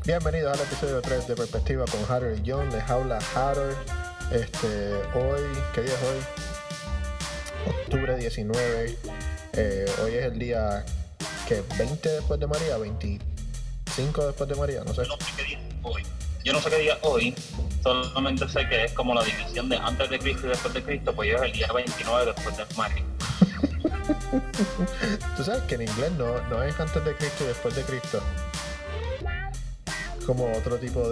Bienvenidos al episodio 3 de Perspectiva con Harold y John. Les habla Harold. Hoy, ¿qué día es hoy? Octubre 19. Hoy es el día que 20 después de María, 25 después de María, no sé. Yo no sé qué día es hoy. Solamente sé que es como la división de antes de Cristo y después de Cristo, pues hoy es el día 29 después de María. Tú sabes que en inglés no es antes de Cristo y después de Cristo. Como otro tipo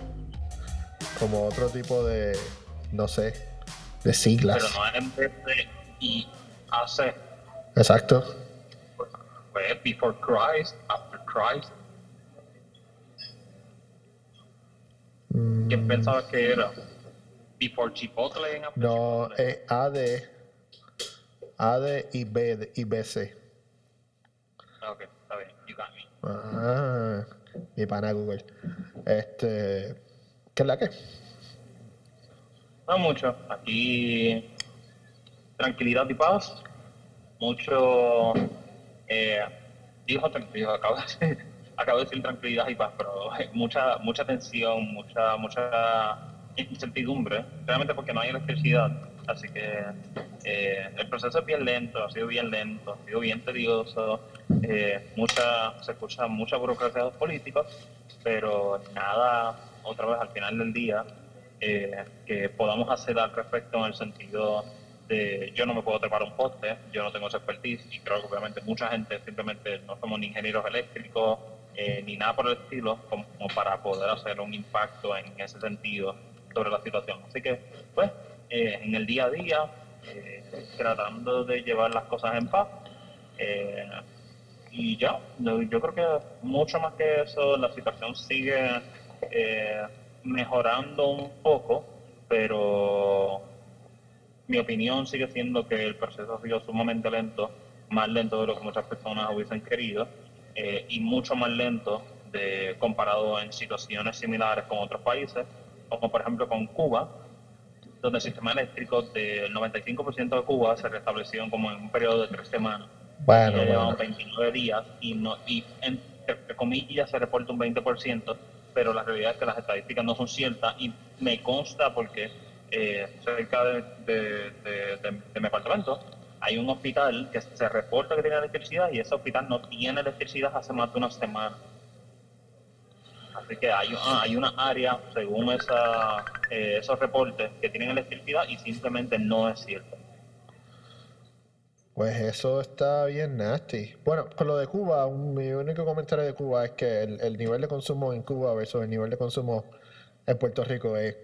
de, no sé, de siglas. Pero no es en vez de y hace. Exacto. Pues before Christ, after Christ. ¿Quién pensaba que era? Before Chipotle en after No, Chipotle. es AD y BC. Ok, está bien, you got me. Mi pana Google. ¿Qué es la que? No mucho. Aquí tranquilidad y paz. Mucho acabo de decir tranquilidad y paz, pero mucha tensión, mucha incertidumbre, realmente porque no hay electricidad. Así que el proceso es bien lento, ha sido bien lento, ha sido bien tedioso, se escucha mucha burocracia de los políticos, pero nada, otra vez al final del día, que podamos hacer al respecto en el sentido de yo no me puedo trepar un poste, yo no tengo esa expertise y creo que obviamente mucha gente simplemente no somos ni ingenieros eléctricos ni nada por el estilo como para poder hacer un impacto en ese sentido sobre la situación. Así que pues en el día a día tratando de llevar las cosas en paz y ya, yo creo que mucho más que eso la situación sigue mejorando un poco, pero mi opinión sigue siendo que el proceso ha sido sumamente lento, más lento de lo que muchas personas hubiesen querido y mucho más lento comparado en situaciones similares con otros países, como por ejemplo con Cuba, donde el sistema eléctrico del 95% de Cuba se restableció como en un periodo de 3 semanas. Aquí ya llevamos 29 días y entre comillas se reporta un 20%, pero la realidad es que las estadísticas no son ciertas y me consta porque cerca de mi apartamento hay un hospital que se reporta que tiene electricidad y ese hospital no tiene electricidad hace más de una semana. Así que hay una área, según esos reportes, que tienen electricidad y simplemente no es cierto. Pues eso está bien nasty. Bueno, con lo de Cuba, mi único comentario de Cuba es que el nivel de consumo en Cuba versus el nivel de consumo en Puerto Rico es,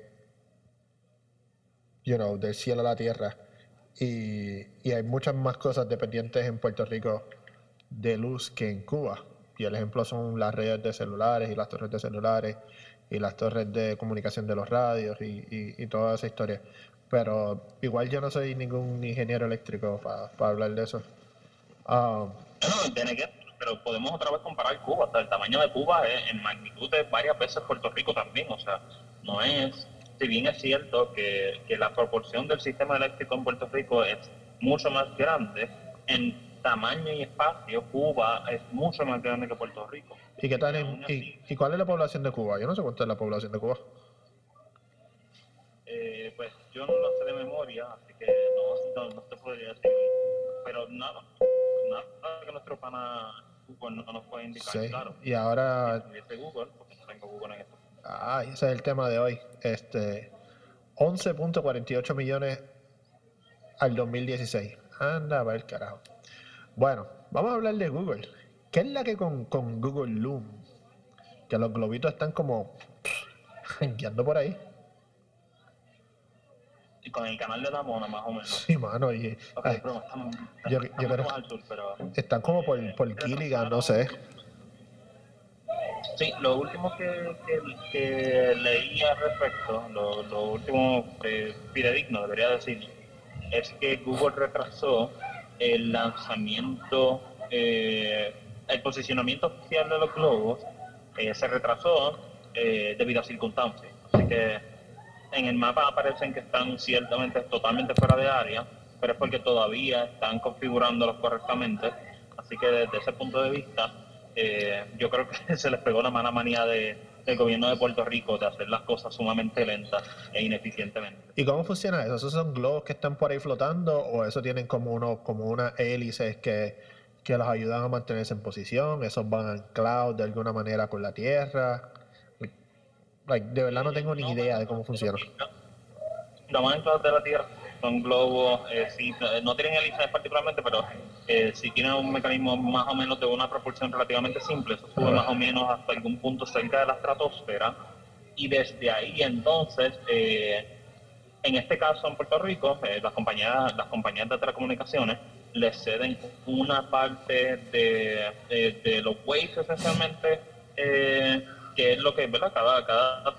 del cielo a la tierra. Y hay muchas más cosas dependientes en Puerto Rico de luz que en Cuba. Y el ejemplo son las redes de celulares y las torres de celulares y las torres de comunicación de los radios y toda esa historia. Pero igual yo no soy ningún ingeniero eléctrico para hablar de eso. Pero podemos otra vez comparar Cuba. O sea, el tamaño de Cuba en magnitud de varias veces Puerto Rico también. O sea, no es, si bien es cierto que la proporción del sistema eléctrico en Puerto Rico es mucho más grande, en tamaño y espacio Cuba es mucho más grande que Puerto Rico. ¿Y qué tal y cuál es la población de Cuba? Yo no sé cuánto es la población de Cuba. Pues yo no lo sé de memoria, así que no te podría decir. Pero nada que nuestro pana Google no nos puede indicar, Sí. claro. Y ahora... Si tuviese Google, porque no tengo Google en esto. Ese es el tema de hoy. 11.48 millones al 2016. Anda, a ver, carajo. Bueno, vamos a hablar de Google. ¿Qué es la que con Google Loom? Que los globitos están como guiando por ahí. Y con el canal de la Mona, más o menos. Sí, mano. Y, pero yo estamos creo más al sur, pero... están como por Gilligan, no sé. Sí, lo último que leí al respecto, lo último fidedigno, debería decir, es que Google retrasó el lanzamiento, el posicionamiento oficial de los globos, se retrasó debido a circunstancias. Así que en el mapa aparecen que están ciertamente totalmente fuera de área, pero es porque todavía están configurándolos correctamente. Así que desde ese punto de vista, yo creo que se les pegó la mala manía de del gobierno de Puerto Rico de hacer las cosas sumamente lentas e ineficientemente. ¿Y cómo funciona eso? ¿Esos son globos que están por ahí flotando o eso tienen como unas hélices que los ayudan a mantenerse en posición? ¿Esos van anclados de alguna manera con la tierra? De verdad no tengo ni idea de cómo funciona. No van anclados de la Tierra, son globos, sí, no tienen hélices particularmente, pero sí tienen un mecanismo más o menos de una propulsión relativamente simple. Eso sube más o menos hasta algún punto cerca de la estratosfera y desde ahí entonces, en este caso en Puerto Rico, las compañías de telecomunicaciones les ceden una parte de los waves esencialmente, que es lo que, ¿verdad? Cada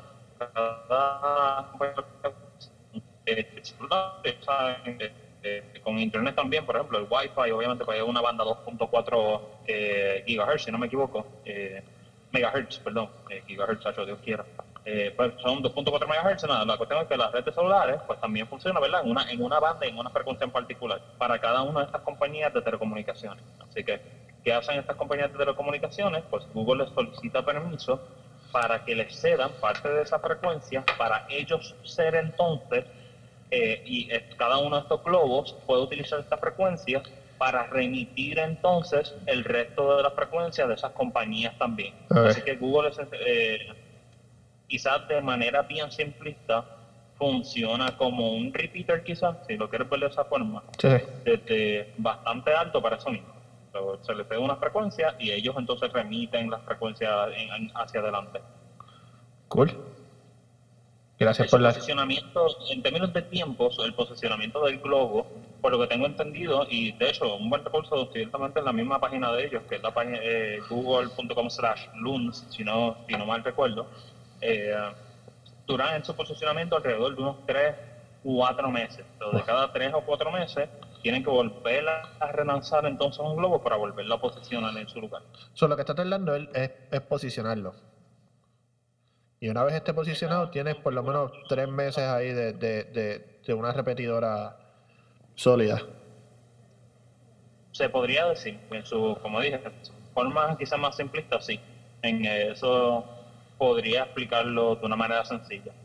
con internet también, por ejemplo, el Wi-Fi, obviamente, pues es una banda 2.4 gigahertz, si no me equivoco, megahertz, perdón, gigahertz, Dios quiera. Pues son 2.4 megahertz, nada, la cuestión es que las redes celulares, pues también funcionan, ¿verdad? En una banda, en una frecuencia en particular, para cada una de estas compañías de telecomunicaciones. Así que, ¿qué hacen estas compañías de telecomunicaciones? Pues Google les solicita permiso para que les cedan parte de esa frecuencia, para ellos ser entonces cada uno de estos globos puede utilizar esta frecuencia para remitir entonces el resto de la frecuencia de esas compañías también. Así que Google quizás de manera bien simplista funciona como un repeater, quizás, si lo quieres ver de esa forma, desde bastante alto para eso mismo. Se les pega una frecuencia y ellos entonces remiten la frecuencia hacia adelante. Cool. Gracias por posicionamiento, en términos de tiempos, el posicionamiento del globo, por lo que tengo entendido, y de hecho, un buen recurso directamente en la misma página de ellos, que es la página google.com/loons, si no mal recuerdo, duran en su posicionamiento alrededor de unos 3-4 meses. Pero de cada 3 o 4 meses tienen que volver a relanzar entonces un globo para volverlo a posicionar en su lugar. Lo que está tardando es posicionarlo. Y una vez esté posicionado, tienes por lo menos 3 meses ahí de una repetidora sólida. Se podría decir, como dije, en su forma quizás más simplista, sí. En eso podría explicarlo de una manera sencilla.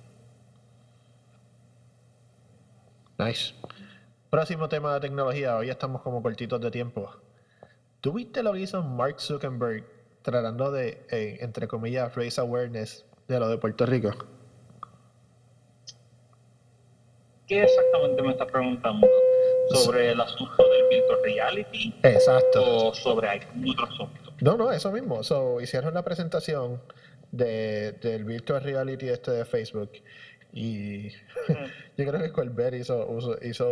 Nice. Próximo tema de tecnología, hoy estamos como cortitos de tiempo. ¿Tú viste lo que hizo Mark Zuckerberg tratando de, entre comillas, raise awareness de lo de Puerto Rico? ¿Qué exactamente me estás preguntando? ¿Sobre el asunto del virtual reality? Exacto. ¿O sobre algún otro asunto? No, eso mismo. Hicieron la presentación del virtual reality de Facebook y yo creo que Colbert hizo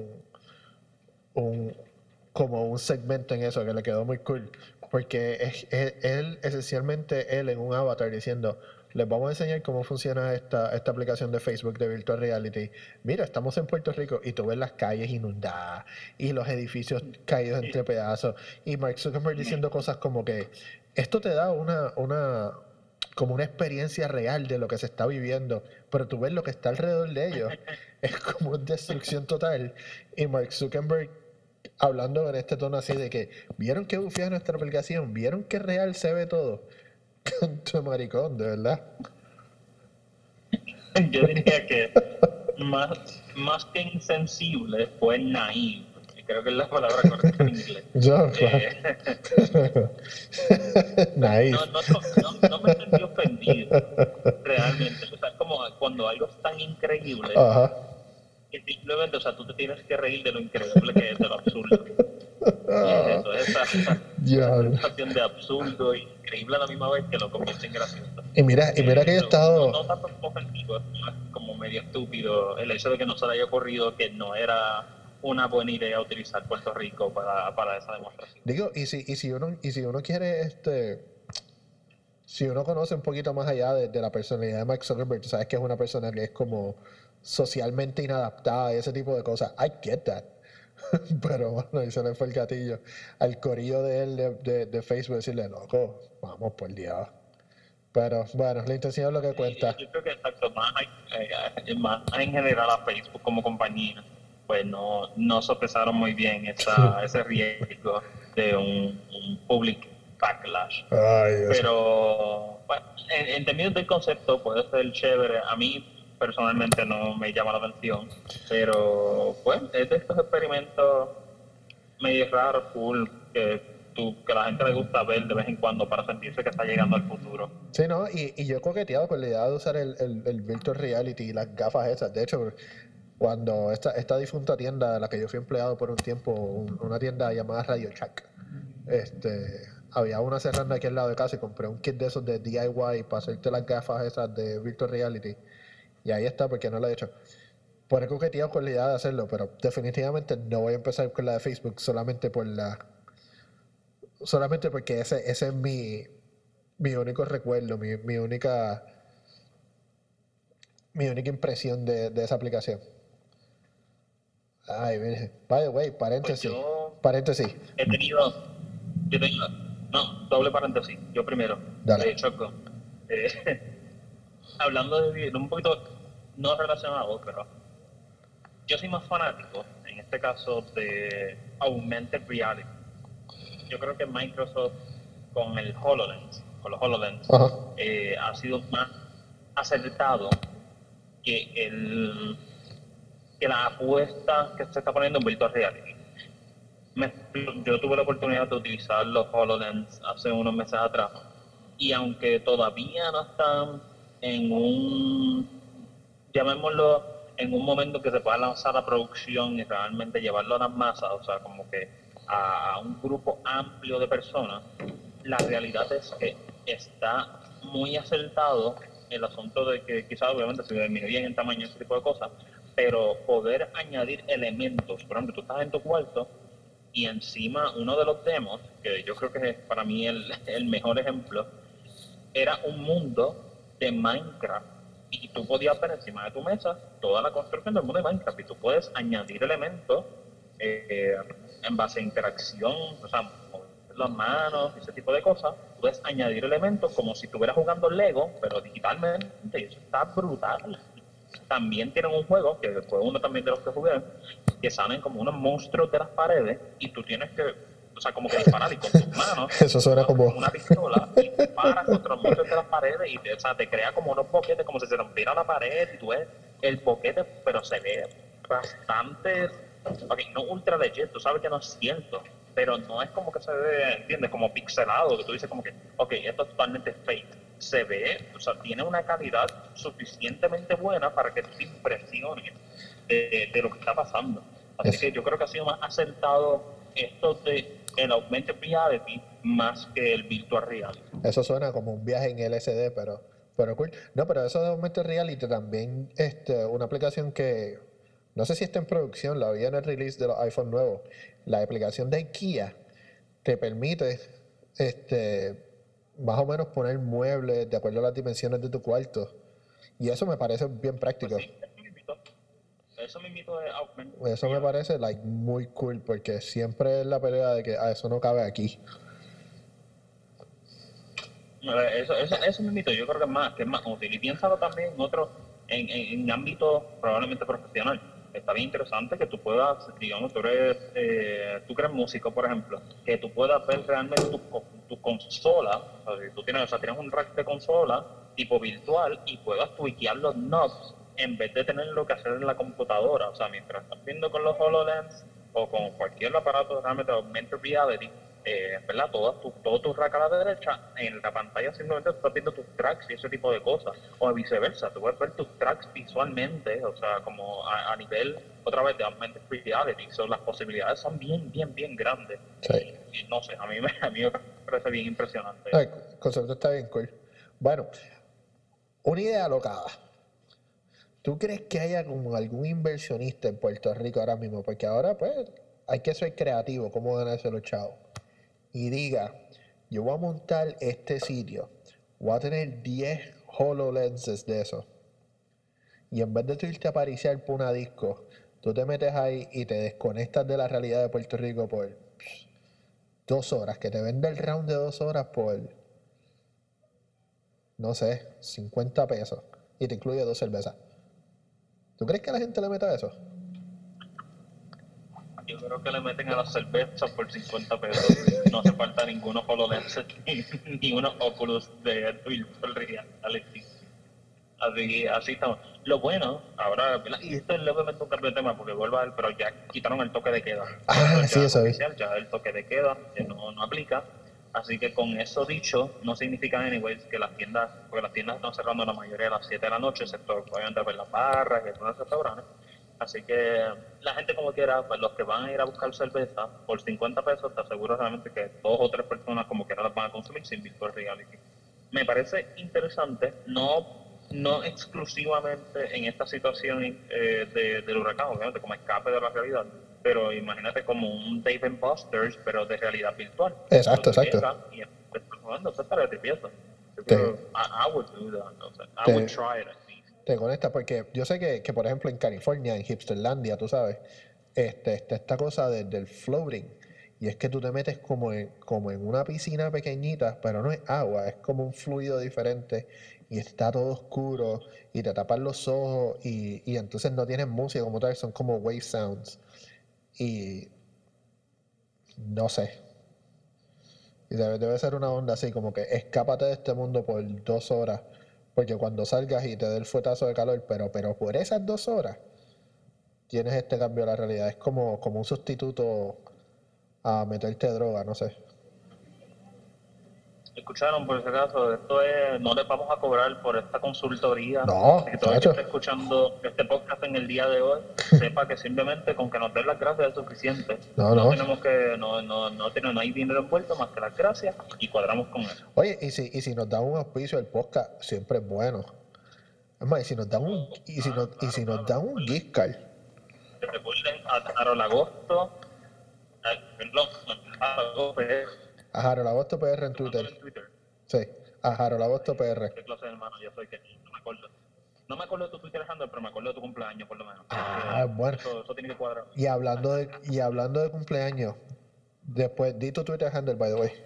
como un segmento en eso que le quedó muy cool, porque él esencialmente él en un avatar diciendo: les vamos a enseñar cómo funciona esta aplicación de Facebook de Virtual Reality. Mira, estamos en Puerto Rico y tú ves las calles inundadas y los edificios caídos entre pedazos, y Mark Zuckerberg diciendo cosas como que esto te da como una experiencia real de lo que se está viviendo, pero tú ves lo que está alrededor de ellos, es como destrucción total. Y Mark Zuckerberg hablando en este tono así de que ¿vieron que bufía nuestra aplicación? ¿Vieron que real se ve todo? Canto maricón, de verdad. Yo diría que más que insensible fue naive. Creo que es la palabra correcta en inglés. Yo, nice. No me sentí ofendido, realmente. O sea, es como cuando algo es tan increíble que simplemente, o sea, tú te tienes que reír de lo increíble que es, de lo absurdo. Y es eso, esa sensación de absurdo y increíble a la misma vez que lo convierte en gracioso. Y mira que yo he estado... No tanto como ofensivo, es como medio estúpido el hecho de que no se le haya ocurrido que no era una buena idea utilizar Puerto Rico para esa demostración. Digo, y si uno quiere, si uno conoce un poquito más allá de la personalidad de Mark Zuckerberg, tú sabes que es una persona que es como socialmente inadaptada y ese tipo de cosas. I get that. Pero bueno, ahí se le fue el gatillo al corillo de él de Facebook, decirle: loco, vamos por Dios. Pero bueno, la intención es lo que cuenta. Yo creo que exacto, más en general a Facebook como compañía, pues no sopesaron muy bien ese riesgo de un public backlash. Ay, pero bueno, en términos del concepto puede ser chévere. A mí personalmente no me llama la atención, pero pues es de estos experimentos medio raros, cool, que la gente le gusta ver de vez en cuando para sentirse que está llegando al futuro. Sí, ¿no? Y yo he coqueteado con la idea de usar el virtual reality y las gafas esas. De hecho, cuando esta difunta tienda a la que yo fui empleado por un tiempo, una tienda llamada Radio Shack, había una cerrando aquí al lado de casa y compré un kit de esos de DIY para hacerte las gafas esas de virtual reality. Y ahí está, porque no lo he hecho. Por he coqueteado con la idea de hacerlo, pero definitivamente no voy a empezar con la de Facebook solamente porque ese es mi único recuerdo, mi única impresión de esa aplicación. Ay, virgen. By the way, Pues paréntesis. yo Paréntesis. he tenido, yo tengo, no, doble paréntesis, yo primero, Dale. Shotgun. Hablando de un poquito, no relacionado, pero yo soy más fanático, en este caso, de Augmented Reality. Yo creo que Microsoft con el HoloLens, con los HoloLens, Ajá. ha sido más acertado que que la apuesta que se está poniendo en Virtual Reality. Yo tuve la oportunidad de utilizar los HoloLens hace unos meses atrás y aunque todavía no están en llamémoslo, en un momento que se pueda lanzar a producción y realmente llevarlo a las masas, o sea, como que a un grupo amplio de personas, la realidad es que está muy acertado el asunto de que quizás obviamente se disminuyen en tamaño ese tipo de cosas, pero poder añadir elementos, por ejemplo, tú estás en tu cuarto y encima uno de los demos, que yo creo que es para mí el mejor ejemplo, era un mundo de Minecraft y tú podías ver encima de tu mesa toda la construcción del mundo de Minecraft y tú puedes añadir elementos en base a interacción, o sea, mover las manos, ese tipo de cosas. Puedes añadir elementos como si estuvieras jugando Lego, pero digitalmente, y eso está brutal. También tienen un juego, que fue uno también de los que jugué, que salen como unos monstruos de las paredes y tú tienes que, o sea, como que disparar y con tus manos, Eso suena como. una pistola y disparas contra los monstruos de las paredes y o sea, te crea como unos boquetes, como si se rompiera la pared y tú ves el boquete, pero se ve bastante, ok, no ultra legit, tú sabes que no es cierto, pero no es como que se ve, ¿entiendes? Como pixelado, que tú dices como que, ok, esto es totalmente fake. Se ve, o sea, tiene una calidad suficientemente buena para que tú te impresiones de lo que está pasando. Así que yo creo que ha sido más acertado esto de el augmented reality más que el virtual reality. Eso suena como un viaje en LSD, pero cool. No, pero eso de augmented reality también, una aplicación que no sé si está en producción, la vi en el release de los iPhone nuevos. La aplicación de IKEA te permite, más o menos poner muebles de acuerdo a las dimensiones de tu cuarto. Y eso me parece bien práctico. Pues sí, eso me invito de augmented Eso me parece muy cool porque siempre es la pelea de que eso no cabe aquí. Eso me invito, yo creo que es más útil. Y piénsalo también en ámbito probablemente profesional. Está bien interesante que tú puedas, digamos, tú eres músico, por ejemplo, que tú puedas ver realmente tu consola, o sea, si tú tienes un rack de consola tipo virtual y puedas tweakear los knobs en vez de tenerlo que hacer en la computadora. O sea, mientras estás viendo con los HoloLens o con cualquier aparato realmente de augmented reality, ¿verdad? Todo tu rack a la derecha, en la pantalla simplemente estás viendo tus tracks y ese tipo de cosas, o viceversa, tú puedes ver tus tracks visualmente, o sea, como a nivel, otra vez, de augmented reality, las posibilidades son bien grandes, Sí. y no sé, a mí me parece bien impresionante. El concepto está bien cool. Bueno, una idea locada. ¿Tú crees que haya como algún inversionista en Puerto Rico ahora mismo? Porque ahora, pues, hay que ser creativo, cómo ganarse los chavos. Y diga, yo voy a montar este sitio, voy a tener 10 HoloLenses de esos. Y en vez de tú irte a pariciar por una disco, tú te metes ahí y te desconectas de la realidad de Puerto Rico por 2 horas, que te vende el round de 2 horas por, no sé, 50 pesos. Y te incluye 2 cervezas. ¿Tú crees que la gente le meta eso? Yo creo que le meten a la cerveza por 50 pesos. No hace falta ninguno HoloLens ni unos Oculus de Virtual Reality. Así estamos. Lo bueno, ahora, y esto es levemente un cambio de tema porque vuelvo a ver, pero ya quitaron el toque de queda. Sí, Ya es eso vi. oficial, ya el toque de queda no aplica. Así que con eso dicho, no significa, anyways, que las tiendas, porque las tiendas están cerrando la mayoría a las 7 de la noche, excepto obviamente ver las barras y algunos restaurantes. Así que la gente como quiera, pues los que van a ir a buscar cerveza por 50 pesos, te aseguro realmente que 2 o 3 personas como quiera las van a consumir sin virtual reality. Me parece interesante, no exclusivamente en esta situación del huracán, obviamente como escape de la realidad, pero imagínate como un Dave & Buster's, pero de realidad virtual. Exacto, Tú exacto. llegas y estás jugando, eso estaría tripioso. Te, I would do that, no sé. I would te, try it at least. te conecta porque yo sé que, por ejemplo, en California, en Hipsterlandia, tú sabes, está esta cosa del floating. Y es que tú te metes como en una piscina pequeñita, pero no es agua, es como un fluido diferente y está todo oscuro y te tapan los ojos y entonces no tienes música como tal, son como wave sounds. Y no sé, y debe ser una onda así, como que escápate de este mundo por 2 horas, porque cuando salgas y te dé el fuetazo de calor, pero por esas 2 horas tienes este cambio de la realidad. Es como un sustituto a meterte droga, no sé. Escucharon, por ese caso, esto es, no les vamos a cobrar por esta consultoría. No, Así que todo el que chacho. esté escuchando este podcast en el día de hoy, sepa que simplemente con que nos den las gracias es suficiente. No, No no. tenemos que, no hay dinero envuelto más que las gracias y cuadramos con eso. Oye, y si nos dan un auspicio del podcast, siempre es bueno. Es más, y si nos dan un, y si nos, y si nos dan un gift card. Recuerden a Harold Agosto, perdón, a Agosto, A Harold Agosto PR en Twitter. en Twitter. Sí, a Harold Agosto PR. ¿Qué clase de hermano yo soy? Que no me acuerdo. No me acuerdo de tu Twitter handle, pero me acuerdo de tu cumpleaños, por lo menos. Bueno. Eso tiene que cuadrar. Y hablando de cumpleaños, después di tu Twitter handle, by the way.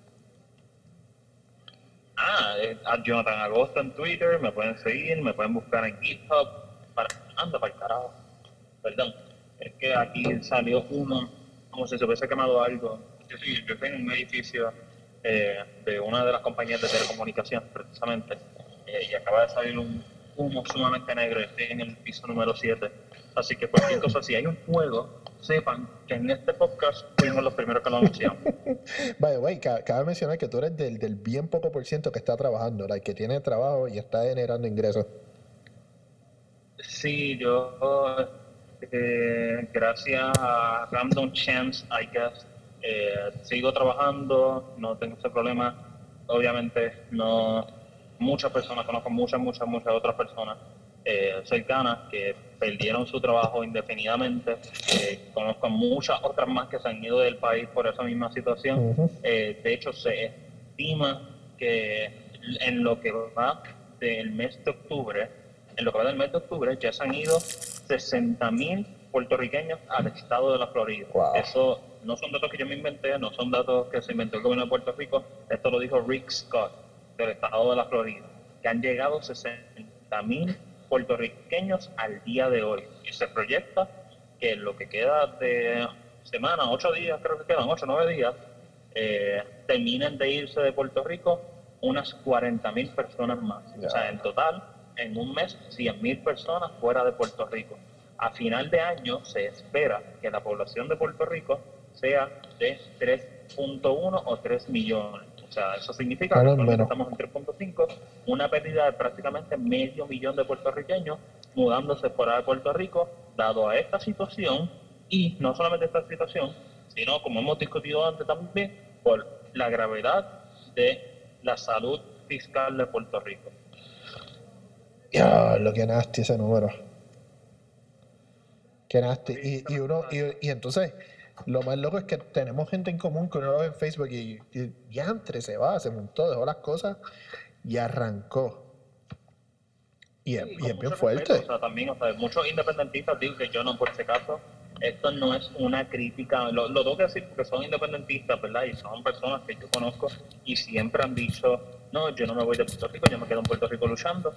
A Jonathan Agosto en Twitter, me pueden seguir, me pueden buscar en GitHub. Anda para el carajo. Perdón. Es que aquí salió uno, como si se hubiese quemado algo. Yo estoy en un edificio de una de las compañías de telecomunicación, precisamente, y acaba de salir un humo sumamente negro. Estoy en el piso número 7. Así que cualquier cosa, si hay un fuego, sepan que en este podcast fuimos los primeros que lo anunciamos. By the way, cabe mencionar que tú eres del bien poco por ciento que está trabajando, que tiene trabajo y está generando ingresos. Sí, yo, gracias a Random Chance, I guess, sigo trabajando, no tengo ese problema. Obviamente, no, muchas personas, conozco muchas otras personas cercanas que perdieron su trabajo indefinidamente. Conozco muchas otras más que se han ido del país por esa misma situación. De hecho, se estima que en lo que va del mes de octubre, ya se han ido 60.000 puertorriqueños al estado de la Florida. Wow. Eso no son datos que yo me inventé, no son datos que se inventó el gobierno de Puerto Rico, esto lo dijo Rick Scott del estado de la Florida, que han llegado 60.000 puertorriqueños al día de hoy. Y se proyecta que lo que queda de semana, 8 días, creo que quedan 8 o 9 días, terminen de irse de Puerto Rico unas 40.000 personas más. O sea, en total, en un mes, 100.000 personas fuera de Puerto Rico. A final de año se espera que la población de Puerto Rico sea de 3.1 o 3 millones. O sea, eso significa que actualmente estamos en 3.5, una pérdida de prácticamente 500.000 de puertorriqueños mudándose fuera de Puerto Rico, dado a esta situación, y no solamente esta situación, sino, como hemos discutido antes también, por la gravedad de la salud fiscal de Puerto Rico. Ya, lo que nasty ese número. Qué nasty. Y entonces, lo más loco es que tenemos gente en común que uno lo ve en Facebook y diantre, se montó, dejó las cosas y arrancó. Y es bien fuerte. Respeto, o sea, también, o sea, muchos independentistas digo que yo no, por ese caso, esto no es una crítica, lo tengo que decir porque son independentistas, ¿verdad? Y son personas que yo conozco y siempre han dicho, no, yo no me voy de Puerto Rico, yo me quedo en Puerto Rico luchando.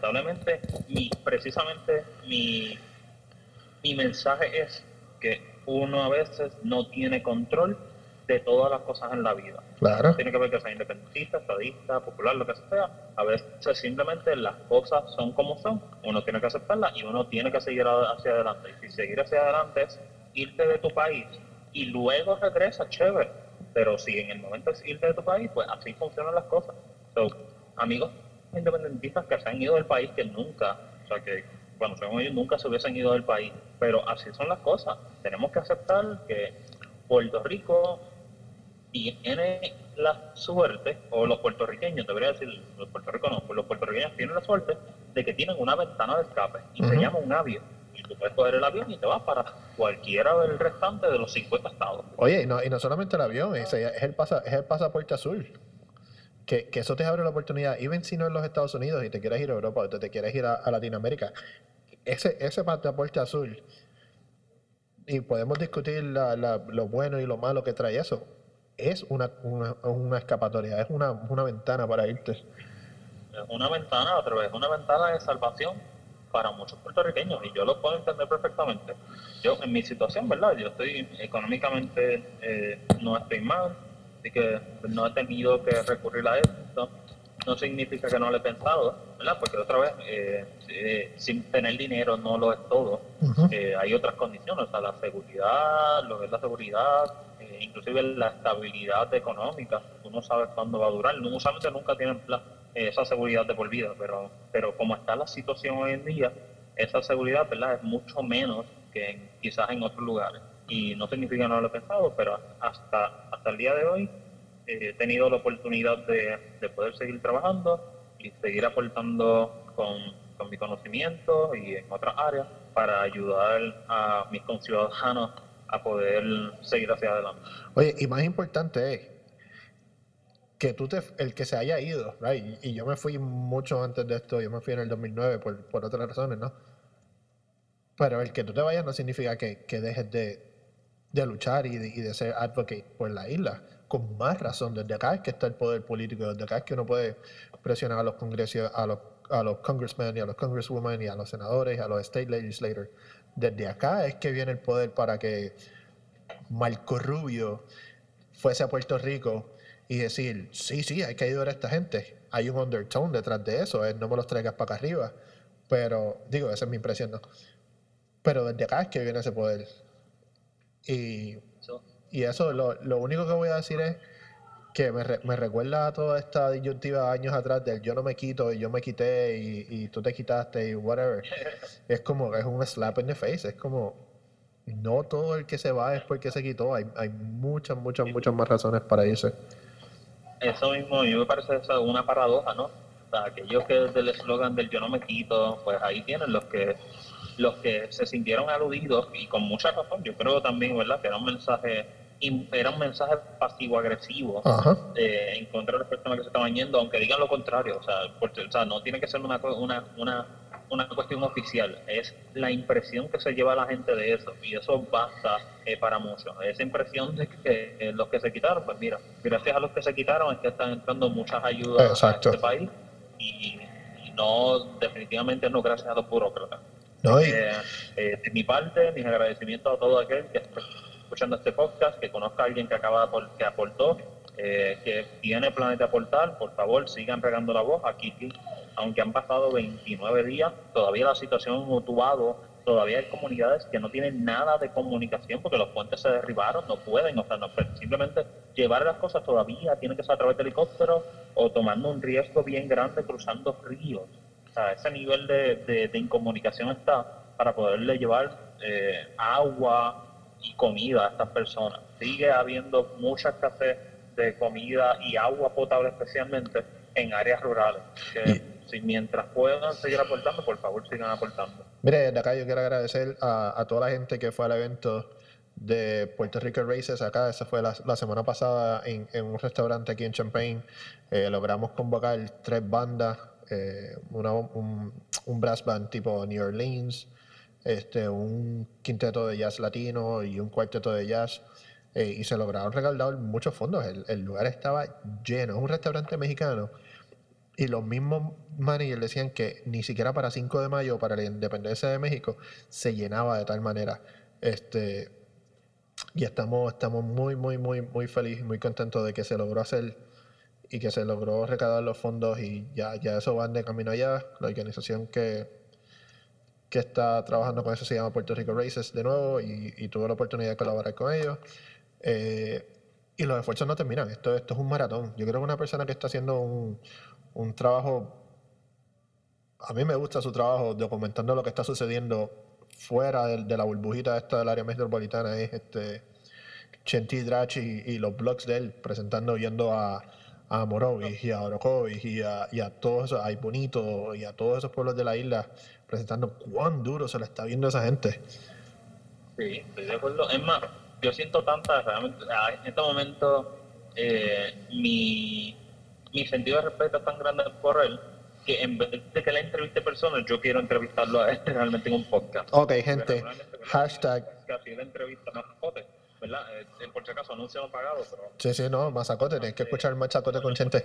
Lamentablemente, precisamente mi mensaje es que uno a veces no tiene control de todas las cosas en la vida. Claro. Tiene que ver que sea independentista, estadista, popular, lo que sea. A veces simplemente las cosas son como son, uno tiene que aceptarlas y uno tiene que seguir hacia adelante. Y si seguir hacia adelante es irte de tu país y luego regresa, chévere. Pero si en el momento es irte de tu país, pues así funcionan las cosas. So, amigos independentistas que se han ido del país que nunca, o sea que, bueno, según ellos nunca se hubiesen ido del país, pero así son las cosas. Tenemos que aceptar que Puerto Rico tiene la suerte, o los puertorriqueños, debería decir, los puertorriqueños no, pues los puertorriqueños tienen la suerte de que tienen una ventana de escape y se llama un avión. Y tú puedes coger el avión y te vas para cualquiera del restante de los 50 estados. Oye, y no solamente el avión, es el pasaporte azul. Que eso te abre la oportunidad, even si no en los Estados Unidos y te quieres ir a Europa o te quieres ir a Latinoamérica. Ese pasaporte azul, y podemos discutir lo bueno y lo malo que trae eso, es una escapatoria, es una ventana para irte. Es una ventana, otra vez, una ventana de salvación para muchos puertorriqueños y yo lo puedo entender perfectamente. Yo, en mi situación, ¿verdad? Yo estoy económicamente, no estoy mal, así que no he tenido que recurrir a esto. No significa que no lo he pensado, ¿verdad? Porque otra vez, sin tener dinero no lo es todo. Hay otras condiciones, o sea, la seguridad, lo que es la seguridad, inclusive la estabilidad económica. Tú no sabes cuándo va a durar. Usualmente nunca tienen esa seguridad de por vida, pero como está la situación hoy en día, esa seguridad, ¿verdad?, es mucho menos que quizás en otros lugares. Y no significa que no lo he pensado, pero hasta el día de hoy he tenido la oportunidad de poder seguir trabajando y seguir aportando con mi conocimiento y en otras áreas para ayudar a mis conciudadanos a poder seguir hacia adelante. Oye, y más importante es que el que se haya ido, right? Y yo me fui mucho antes de esto, yo me fui en el 2009 por otras razones, ¿no? Pero el que tú te vayas no significa que dejes de luchar y de ser advocate por la isla. Con más razón, desde acá es que está el poder político, desde acá es que uno puede presionar a los congresos, a los congressmen y a los congresswomen y a los senadores y a los state legislators. Desde acá es que viene el poder para que Marco Rubio fuese a Puerto Rico y decir, sí, hay que ayudar a esta gente. Hay un undertone detrás de eso, no me los traigas para acá arriba. Pero, digo, esa es mi impresión, ¿no? Pero desde acá es que viene ese poder. Y eso, lo único que voy a decir es que me recuerda a toda esta disyuntiva años atrás del yo no me quito y yo me quité y tú te quitaste y whatever. Es como, es un slap in the face, es como, no todo el que se va es porque se quitó, hay muchas más razones para irse. Eso mismo, a mí me parece eso una paradoja, ¿no? O sea, aquellos que del eslogan del yo no me quito, pues ahí tienen los que se sintieron aludidos y con mucha razón. Yo creo también, ¿verdad?, que era un mensaje pasivo-agresivo en contra de las personas que se estaban yendo, aunque digan lo contrario. O sea, no tiene que ser una cuestión oficial, es la impresión que se lleva la gente de eso, y eso basta para muchos. Esa impresión de que los que se quitaron, pues mira, gracias a los que se quitaron es que están entrando muchas ayudas Exacto. a este país, y no, definitivamente no gracias a los burócratas. No, de mi parte, mis agradecimientos a todo aquel que está escuchando este podcast, que conozca a alguien que que aportó, que tiene planes de aportar. Por favor, sigan regando la voz. Aquí, aunque han pasado 29 días, todavía la situación en Utuado, todavía hay comunidades que no tienen nada de comunicación porque los puentes se derribaron, no pueden, o sea, no, simplemente llevar las cosas todavía tiene que ser a través de helicóptero o tomando un riesgo bien grande cruzando ríos. O sea, ese nivel de incomunicación está para poderle llevar agua y comida a estas personas. Sigue habiendo mucha escasez de comida y agua potable, especialmente en áreas rurales. Mientras puedan seguir aportando, por favor sigan aportando. Mire, desde acá yo quiero agradecer a toda la gente que fue al evento de Puerto Rico Races acá. Esa fue la semana pasada en un restaurante aquí en Champaign. Logramos convocar 3 bandas, un brass band tipo New Orleans, un quinteto de jazz latino y un cuarteto de jazz. Y se lograron recaudar muchos fondos. El lugar estaba lleno. Es un restaurante mexicano. Y los mismos managers decían que ni siquiera para 5 de mayo, para la independencia de México, se llenaba de tal manera. Y estamos muy, muy, muy, muy felices, muy contentos de que se logró hacer y que se logró recaudar los fondos y ya eso va de camino allá. La organización que está trabajando con eso se llama Puerto Rico Races de nuevo y tuve la oportunidad de colaborar con ellos. Eh, y los esfuerzos no terminan, esto es un maratón. Yo creo que una persona que está haciendo un trabajo, a mí me gusta su trabajo documentando lo que está sucediendo fuera de la burbujita esta del área metropolitana, es Chenti Drachi y los blogs de él presentando, yendo a Morovis y a Orocovis y a todos esos, a Bonito y a todos esos pueblos de la isla, presentando cuán duro se le está viendo a esa gente. Sí, estoy de acuerdo. Es más, yo siento tanta, realmente, en este momento, mi sentido de respeto es tan grande por él que en vez de que la entreviste personas, yo quiero entrevistarlo a él realmente en un podcast. Ok, gente, hashtag. Casi la entrevista más jote, ¿verdad? Por si acaso, anuncio no pagado, pero. Sí, no, Mazacote, tienes que escuchar Mazacote con Chente.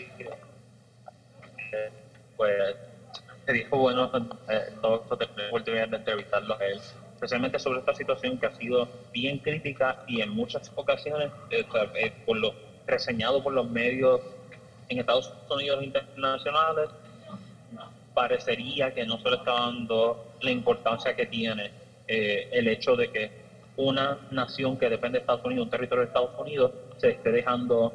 Pues sería bueno todo esto tener la oportunidad de entrevistarlo a él, especialmente sobre esta situación que ha sido bien crítica y en muchas ocasiones por lo reseñado por los medios en Estados Unidos internacionales, parecería que no se le está dando la importancia que tiene el hecho de que una nación que depende de Estados Unidos, un territorio de Estados Unidos, se esté dejando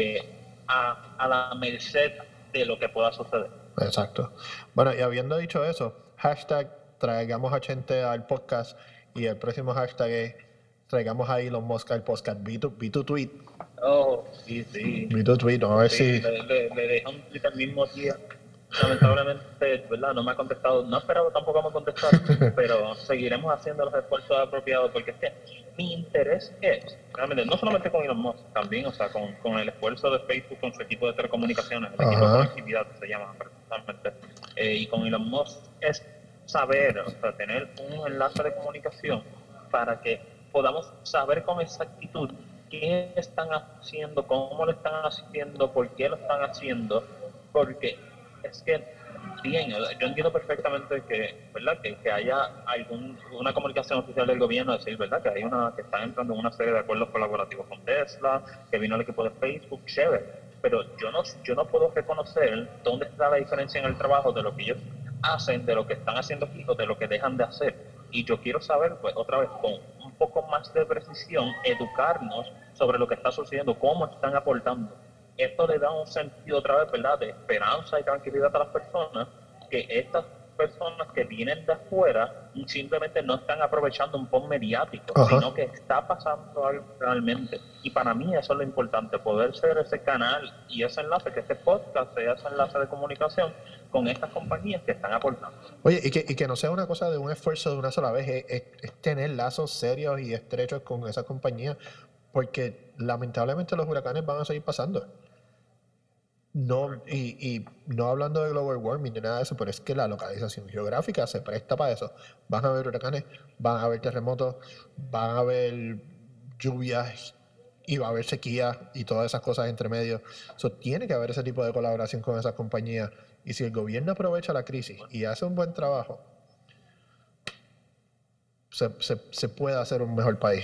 a la merced de lo que pueda suceder. Exacto. Bueno, y habiendo dicho eso, hashtag traigamos a Chente al podcast y el próximo hashtag es traigamos a Elon Musk al podcast. Vi tu tweet. Oh, sí. Vi tu tweet, a ver Sí, si... le dejé un tweet el mismo día. Lamentablemente, ¿verdad? No me ha contestado, no esperaba tampoco me contestar, pero seguiremos haciendo los esfuerzos apropiados porque es que mi interés es, realmente, no solamente con Elon Musk, también, o sea, con el esfuerzo de Facebook, con su equipo de telecomunicaciones, el equipo de conectividad se llama precisamente, y con Elon Musk es saber, o sea, tener un enlace de comunicación para que podamos saber con exactitud qué están haciendo, cómo lo están haciendo, por qué lo están haciendo, porque es que, bien, yo entiendo perfectamente que, ¿verdad? Que haya una comunicación oficial del gobierno, decir, ¿verdad? Que están entrando en una serie de acuerdos colaborativos con Tesla, que vino el equipo de Facebook, chévere, pero yo no puedo reconocer dónde está la diferencia en el trabajo de lo que ellos hacen, de lo que están haciendo aquí o de lo que dejan de hacer. Y yo quiero saber, pues, otra vez, con un poco más de precisión, educarnos sobre lo que está sucediendo, cómo están aportando. Esto le da un sentido otra vez, ¿verdad?, de esperanza y tranquilidad a las personas, que estas personas que vienen de afuera simplemente no están aprovechando un poco mediático, sino que está pasando algo realmente. Y para mí eso es lo importante, poder ser ese canal y ese enlace, que este podcast sea ese enlace de comunicación con estas compañías que están aportando. Oye, y que no sea una cosa de un esfuerzo de una sola vez, es tener lazos serios y estrechos con esas compañías, porque lamentablemente los huracanes van a seguir pasando. No, y no hablando de global warming ni nada de eso, pero es que la localización geográfica se presta para eso. Van a haber huracanes, van a haber terremotos, van a haber lluvias y va a haber sequía y todas esas cosas entre medio. Tiene que haber ese tipo de colaboración con esas compañías. Y si el gobierno aprovecha la crisis y hace un buen trabajo, se puede hacer un mejor país.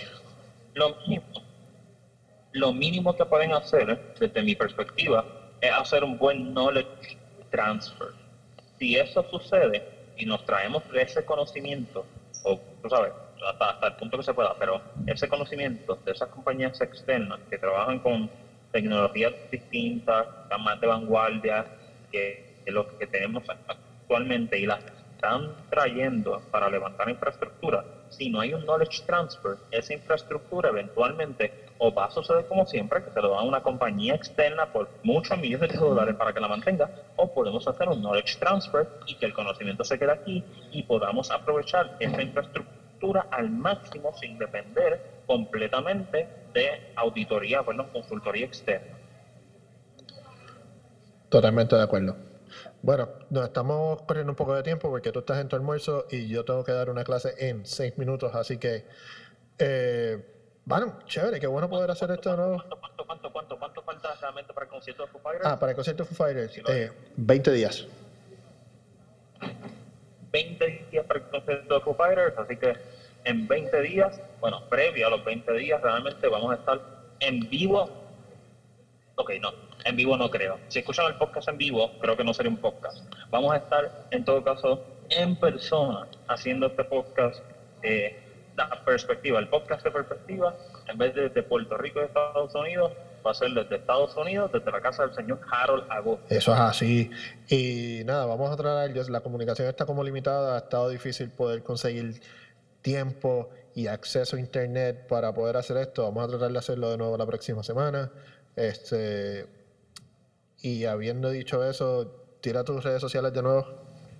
Lo mínimo que pueden hacer, desde mi perspectiva, es hacer un buen knowledge transfer. Si eso sucede y nos traemos ese conocimiento, o tú sabes, hasta el punto que se pueda, pero ese conocimiento de esas compañías externas que trabajan con tecnologías distintas, más de vanguardia que lo que tenemos actualmente y las están trayendo para levantar infraestructura, si no hay un knowledge transfer, esa infraestructura eventualmente o va a suceder como siempre, que se lo da a una compañía externa por muchos millones de dólares para que la mantenga, o podemos hacer un knowledge transfer y que el conocimiento se quede aquí y podamos aprovechar esa infraestructura al máximo sin depender completamente de auditoría, consultoría externa. Totalmente de acuerdo. Bueno, nos estamos corriendo un poco de tiempo porque tú estás en tu almuerzo y yo tengo que dar una clase en 6 minutos, así que bueno, chévere, qué bueno poder hacer esto de nuevo. ¿Cuánto falta realmente para el concierto de Foo Fighters? Para el concierto de Foo Fighters, 20 días. 20 días para el concierto de Foo Fighters, así que en 20 días, bueno, previo a los 20 días, realmente vamos a estar en vivo. Ok, no, en vivo no creo. Si escuchan el podcast en vivo, creo que no sería un podcast. Vamos a estar, en todo caso, en persona, haciendo este podcast, la perspectiva, el podcast de perspectiva, en vez de desde Puerto Rico y Estados Unidos, va a ser desde Estados Unidos, desde la casa del señor Harold Agosto. Eso es así. Y nada, vamos a tratar, la comunicación está como limitada, ha estado difícil poder conseguir tiempo y acceso a internet para poder hacer esto. Vamos a tratar de hacerlo de nuevo la próxima semana. Y habiendo dicho eso, tira tus redes sociales de nuevo.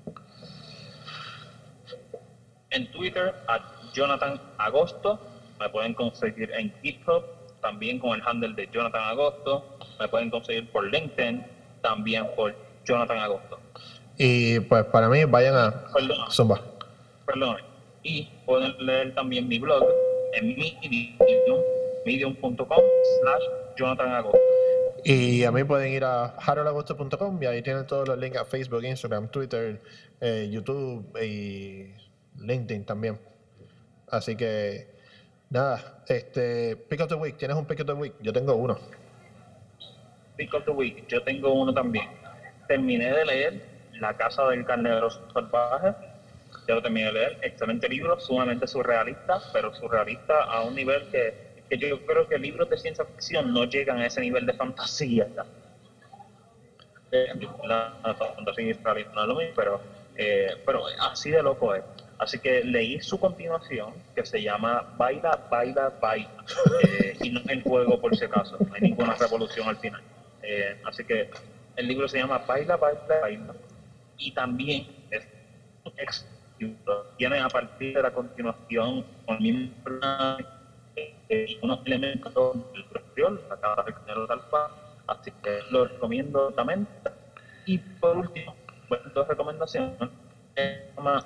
En Twitter, Jonathan Agosto. Me pueden conseguir en GitHub, también con el handle de Jonathan Agosto. Me pueden conseguir por LinkedIn, también por Jonathan Agosto. Y pues para mí, vayan a Zumba. Perdón. Y pueden leer también mi blog en medium.com/Jonathan Agosto. Y a mí pueden ir a haroldAgosto.com y ahí tienen todos los links a Facebook, Instagram, Twitter, YouTube y LinkedIn también. Así que nada, Pick of the Week, ¿tienes un Pick of the Week? Yo tengo uno. Pick of the Week, yo tengo uno también. Terminé de leer La Casa del Carnero Salvaje. Ya lo terminé de leer. Excelente libro, sumamente surrealista, pero surrealista a un nivel que yo creo que libros de ciencia ficción no llegan a ese nivel de fantasía. La fantasía y realista no es lo mismo, pero así de loco es. Así que leí su continuación, que se llama Baila, Baila, Baila. Y no es el juego, por si acaso. No hay ninguna revolución al final. Así que el libro se llama Baila, Baila, Baila. Y también tiene a partir de la continuación con el mismo personaje unos elementos del creol, la Casa del Carnero Salvaje. Así que lo recomiendo altamente. Y por último, dos recomendaciones. Se llama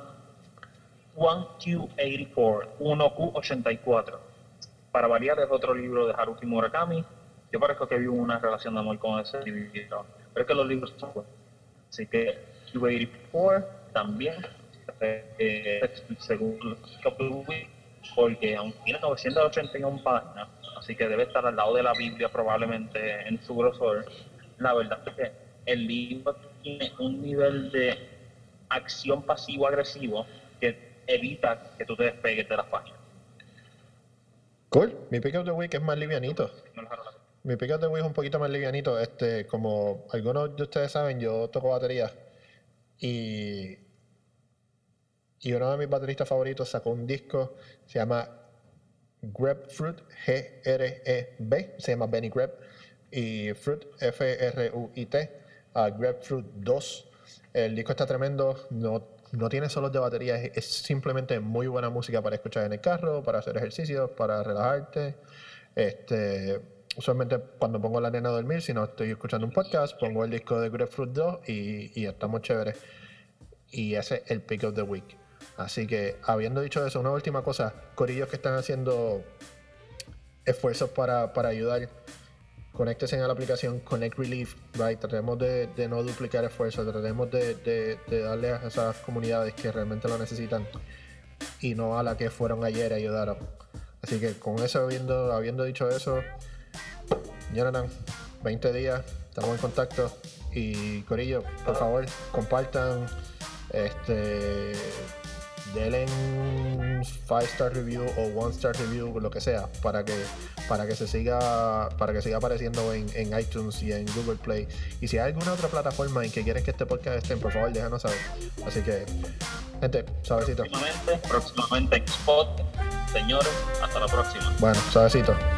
1Q84. Para variar, es otro libro de Haruki Murakami. Yo parezco que vivo una relación de amor con ese libro, pero es que los libros son buenos. Así que Q84 también, según porque aunque tiene 981 páginas, así que debe estar al lado de la Biblia probablemente en su grosor, la verdad es que el libro tiene un nivel de acción pasivo-agresivo que evita que tú te despegues de las páginas. Cool. Mi Pick of the Week es más livianito. Mi Pick of the Week es un poquito más livianito. Como algunos de ustedes saben, yo toco batería y uno de mis bateristas favoritos sacó un disco, se llama Grapefruit, G-R-E-B, se llama Benny Greb, y Fruit, F-R-U-I-T, Grapefruit 2. El disco está tremendo, no tiene solos de batería, es simplemente muy buena música para escuchar en el carro, para hacer ejercicios, para relajarte. Usualmente cuando pongo a la nena a dormir, si no estoy escuchando un podcast, pongo el disco de Grapefruit 2 y estamos chéveres. Y ese es el Pick of the Week. Así que, habiendo dicho eso, una última cosa, corillos que están haciendo esfuerzos para ayudar, conéctense a la aplicación Connect Relief, right? Tratemos de no duplicar esfuerzos, tratemos de darle a esas comunidades que realmente lo necesitan y no a la que fueron ayer y ayudaron. Así que con eso, habiendo dicho eso, Jonathan, 20 días, estamos en contacto y corillo, por favor, compartan, denle un 5-star review o 1-star review, lo que sea, para que siga apareciendo en iTunes y en Google Play. Y si hay alguna otra plataforma en que quieren que este podcast esté, por favor, déjanos saber. Así que, gente, suavecito. Próximamente en Spot. Señores, hasta la próxima. Bueno, suavecito.